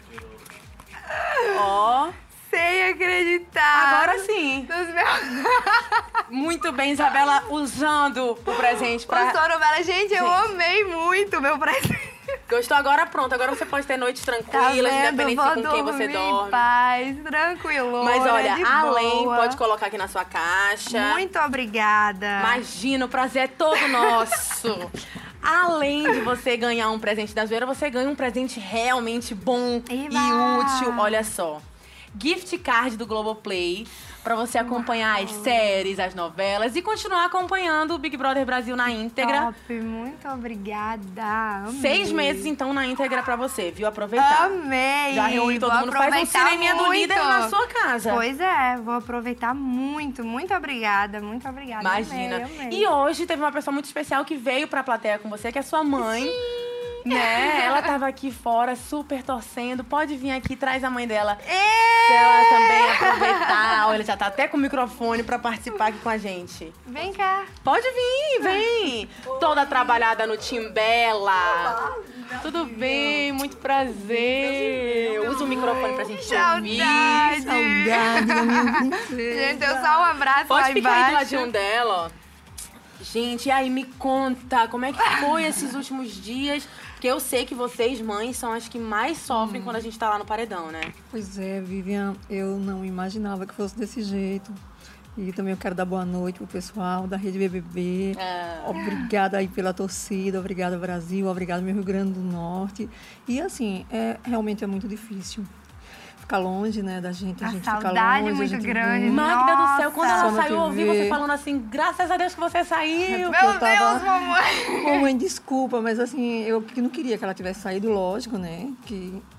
Ó. Sem acreditar. Agora sim. Muito bem, Isabela, usando o presente pra... O Sonobela, gente, eu amei muito o meu presente. Gostou? Agora pronto. Agora você pode ter noites tranquilas, independente com quem você dorme. Paz, tranquilo. Mas olha, além, pode colocar aqui na sua caixa. Muito obrigada. Imagina, o prazer é todo nosso. Além de você ganhar um presente da zoeira, você ganha um presente realmente bom e útil. Olha só. Gift card do Globoplay pra você acompanhar as séries, as novelas e continuar acompanhando o Big Brother Brasil na íntegra. Top, muito obrigada. Amei. 6 meses, então, na íntegra pra você, viu? Aproveitar. Amei. Já reúne todo mundo, faz um cineminha do líder na sua casa. Pois é, vou aproveitar muito. Muito obrigada, muito obrigada. Imagina. Amei. E hoje teve uma pessoa muito especial que veio pra plateia com você, que é sua mãe. Sim. Né? Ela tava aqui fora, super torcendo. Pode vir aqui, traz a mãe dela. Pra ela também aproveitar. Olha, já tá até com o microfone pra participar aqui com a gente. Vem cá. Pode vir, vem. Toda trabalhada no Timbela. Tudo bem, muito prazer. Usa o microfone pra gente ouvir. Saudade da minha gente, eu só um abraço Pode lá ficar embaixo. aí do ladinho dela, ó. Gente, e aí me conta, como é que foi esses últimos dias? Porque eu sei que vocês, mães, são as que mais sofrem quando a gente tá lá no paredão, né? Pois é, Vivian, eu não imaginava que fosse desse jeito. E também eu quero dar boa noite pro pessoal da Rede BBB. Obrigada aí pela torcida, obrigada Brasil, obrigada meu Rio Grande do Norte. E assim, realmente é muito difícil. Ficar longe, né, da gente, a gente fica longe. A saudade muito grande. Magda do céu, quando ela saiu, eu ouvi você falando assim, graças a Deus que você saiu. Meu Deus, mamãe. Mamãe, desculpa, mas assim, eu não queria que ela tivesse saído, lógico, né, que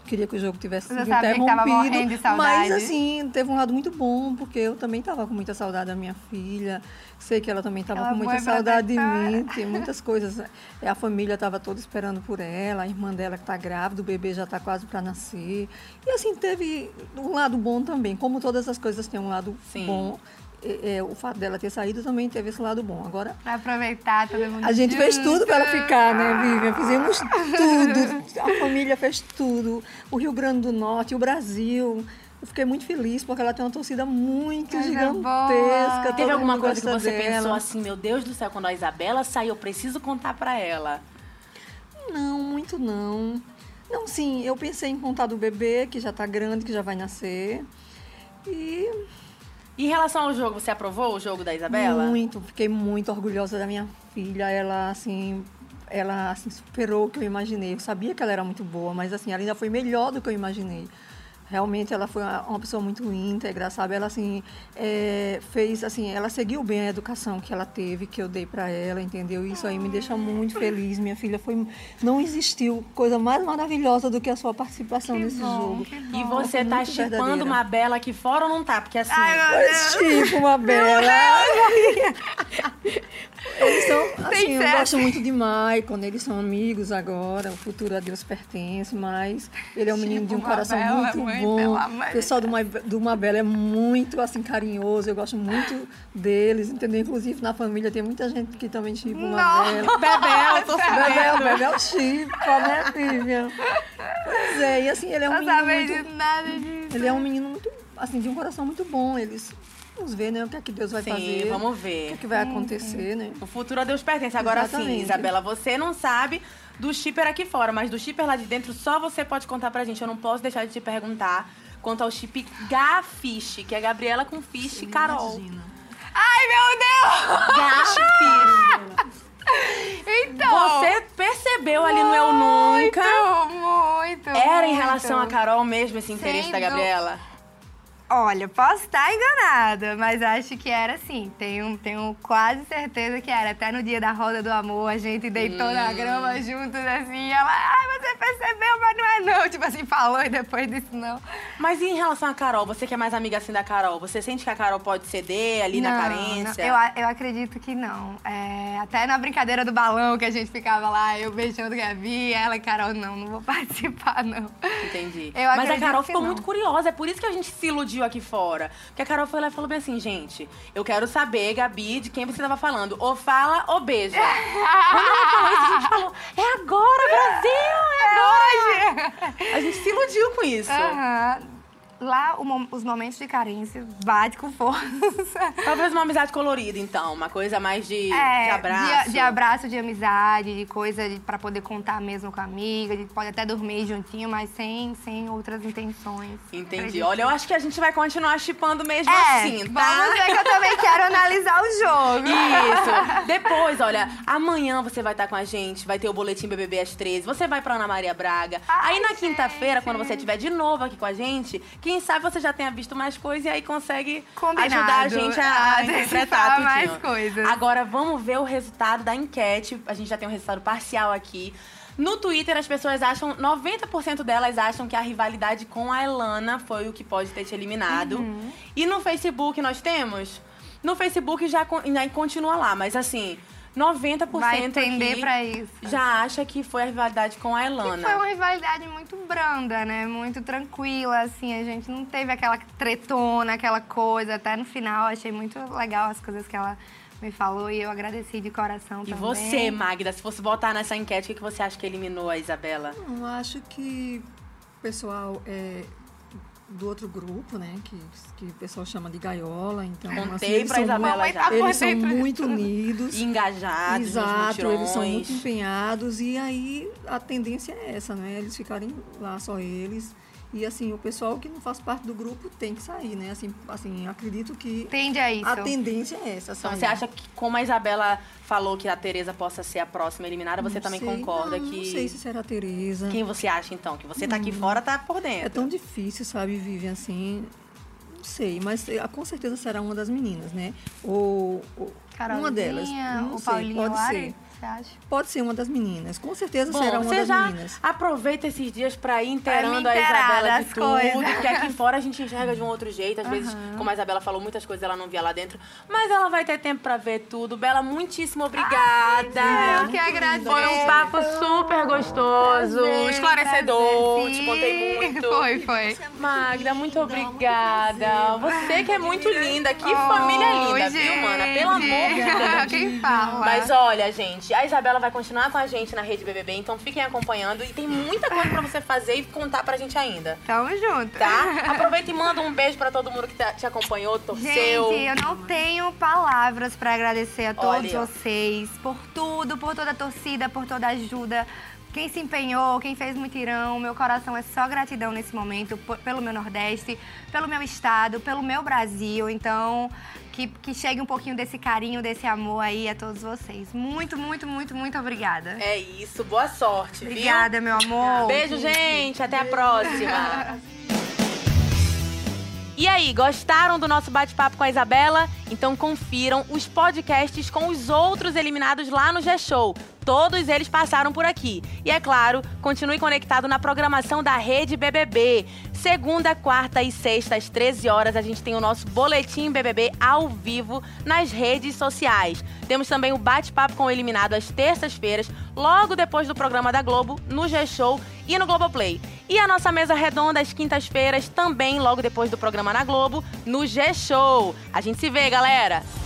queria que o jogo tivesse sido Você sabia que tava morrendo de interrompido. saudade? Mas, assim, teve um lado muito bom, porque eu também estava com muita saudade da minha filha. Sei que ela também estava com muita saudade de mim. Tem muitas coisas. A família estava toda esperando por ela, a irmã dela que está grávida, o bebê já está quase para nascer. E, assim, teve um lado bom também. Como todas as coisas têm um lado bom. O fato dela ter saído também teve esse lado bom. Agora, pra aproveitar todo mundo. A gente fez tudo para ela ficar, né, Vivian? Fizemos tudo. A família fez tudo. O Rio Grande do Norte, o Brasil. Eu fiquei muito feliz porque ela tem uma torcida muito gigantesca. Teve alguma coisa que você pensou assim, meu Deus do céu, quando a Isabela saiu, eu preciso contar para ela? Não, muito não. Não, sim, eu pensei em contar do bebê, que já tá grande, que já vai nascer. E em relação ao jogo, você aprovou o jogo da Isabela? Muito, fiquei muito orgulhosa da minha filha. Ela superou o que eu imaginei. Eu sabia que ela era muito boa, mas assim, ela ainda foi melhor do que eu imaginei. Realmente ela foi uma pessoa muito íntegra, sabe? Ela assim, fez assim, ela seguiu bem a educação que ela teve, que eu dei para ela, entendeu? Isso aí me deixa muito feliz. Minha filha não existiu coisa mais maravilhosa do que a sua participação nesse jogo. E você tá chipando uma Bela aqui fora ou não tá? Porque assim, tipo uma Bela. Eles são, assim, eu gosto muito de Maicon, eles são amigos agora, o futuro a Deus pertence, mas ele é um menino de um coração muito bom. O pessoal do Mabela é muito, assim, carinhoso, eu gosto muito deles, entendeu? Inclusive, na família tem muita gente que também chipa o Mabela. Bebel, tô sabendo. Bebel chipa, né, Vivian? Pois é, e assim, ele é um menino muito... Ele é um menino muito, assim, de um coração muito bom, vamos ver, né, o que é que Deus vai fazer. Sim, vamos ver. O que é que vai acontecer, né? O futuro a Deus pertence. Agora sim, Isabela, você não sabe do shipper aqui fora, mas do shipper lá de dentro só você pode contar pra gente. Eu não posso deixar de te perguntar quanto ao chip Gafish, que é Gabriela com Fish e Carol. Imagina. Ai, meu Deus! Gafish. Então, você percebeu ali no Eu Nunca? Muito. Era em relação a Carol mesmo esse interesse da Gabriela? Olha, posso estar enganada, mas acho que era assim. Tenho quase certeza que era. Até no dia da roda do amor, a gente deitou na grama juntos, assim. E ela, você percebeu, mas não é não. Tipo assim, falou e depois disse não. Mas e em relação a Carol? Você que é mais amiga assim da Carol, você sente que a Carol pode ceder ali na carência? Eu acredito que não. Até na brincadeira do balão que a gente ficava lá, eu beijando Gabi, ela e Carol, não vou participar, não. Entendi. Mas a Carol ficou muito curiosa, é por isso que a gente se iludiu aqui fora. Porque a Carol foi lá e falou bem assim, gente, eu quero saber, Gabi, de quem você tava falando. Ou fala ou beija. Quando ela falou isso, a gente falou, é agora, Brasil! É agora! Hoje! A gente se iludiu com isso. Lá, os momentos de carência bate com força. Talvez uma amizade colorida, então. Uma coisa mais de abraço. De abraço, de amizade, de coisa pra poder contar mesmo com a amiga. A gente pode até dormir juntinho, mas sem outras intenções. Entendi. Olha, eu acho que a gente vai continuar chipando mesmo assim, tá? Vamos ver que eu também quero analisar o jogo. Isso. Depois, olha, amanhã você vai estar com a gente, vai ter o Boletim BBB às 13, você vai pra Ana Maria Braga. Aí na quinta-feira, quando você estiver de novo aqui com a gente, quem sabe você já tenha visto mais coisas e aí consegue ajudar a gente a interpretar tudinho. Mais coisas. Agora, vamos ver o resultado da enquete. A gente já tem um resultado parcial aqui. No Twitter, as pessoas acham... 90% delas acham que a rivalidade com a Elana foi o que pode ter te eliminado. E no Facebook nós temos... No Facebook já continua lá, mas assim... 90% vai tender aqui pra isso. Já acha que foi a rivalidade com a Elana. E foi uma rivalidade muito branda, né? Muito tranquila, assim. A gente não teve aquela tretona, aquela coisa. Até no final, achei muito legal as coisas que ela me falou e eu agradeci de coração também. E você, Magda, se fosse voltar nessa enquete, o que você acha que eliminou a Isabela? Eu acho que o pessoal do outro grupo, né, que o pessoal chama de gaiola, então contei pra Isabela já. Eles são muito unidos. E engajados. Exato, eles são muito empenhados e aí a tendência é essa, né, eles ficarem lá só eles. E assim, o pessoal que não faz parte do grupo tem que sair, né? Assim, acredito que tende a isso. A tendência é essa. Então, você acha que, como a Isabela falou que a Tereza possa ser a próxima eliminada, você também concorda que... Não sei se será a Tereza. Quem você acha, então? Que você tá aqui fora, tá por dentro. É tão difícil, sabe, Vivian, assim... Não sei, mas com certeza será uma das meninas, né? Ou uma delas. Não o sei, Paulinho, pode Lari? ser. você acha? Pode ser uma das meninas. Com certeza será uma você das já meninas. aproveita esses dias pra ir Pra me inteirando a inteirar Isabela de das tudo, coisas. porque aqui fora a gente enxerga de um outro jeito. Às vezes, como a Isabela falou, muitas coisas ela não via lá dentro. Mas ela vai ter tempo pra ver tudo. Bela, muitíssimo obrigada. Eu que agradeço. Foi um papo super gostoso, esclarecedor. Te contei muito. Foi. Magda, muito obrigada. Você que é muito linda. Que família linda, viu, mana? Pelo amor de Deus. Quem fala? Mas olha, gente, a Isabela vai continuar com a gente na Rede BBB, então fiquem acompanhando. E tem muita coisa pra você fazer e contar pra gente ainda. Tamo junto. Tá? Aproveita e manda um beijo pra todo mundo que te acompanhou, torceu. Gente, eu não tenho palavras pra agradecer a todos Olha. vocês por tudo, por toda a torcida, por toda a ajuda. Quem se empenhou, quem fez mutirão, meu coração é só gratidão nesse momento, pelo meu Nordeste, pelo meu estado, pelo meu Brasil. Então, que chegue um pouquinho desse carinho, desse amor aí a todos vocês. Muito, muito, muito, muito obrigada. É isso, boa sorte, Obrigada, meu amor. Beijo, gente, até a próxima. E aí, gostaram do nosso bate-papo com a Isabela? Então confiram os podcasts com os outros eliminados lá no G-Show. Todos eles passaram por aqui. E é claro, continue conectado na programação da Rede BBB. Segunda, quarta e sexta, às 13 horas, a gente tem o nosso Boletim BBB ao vivo nas redes sociais. Temos também o bate-papo com o eliminado às terças-feiras, logo depois do programa da Globo, no G-Show e no Globoplay. E a nossa mesa redonda às quintas-feiras, também logo depois do programa na Globo, no G-Show. A gente se vê, galera!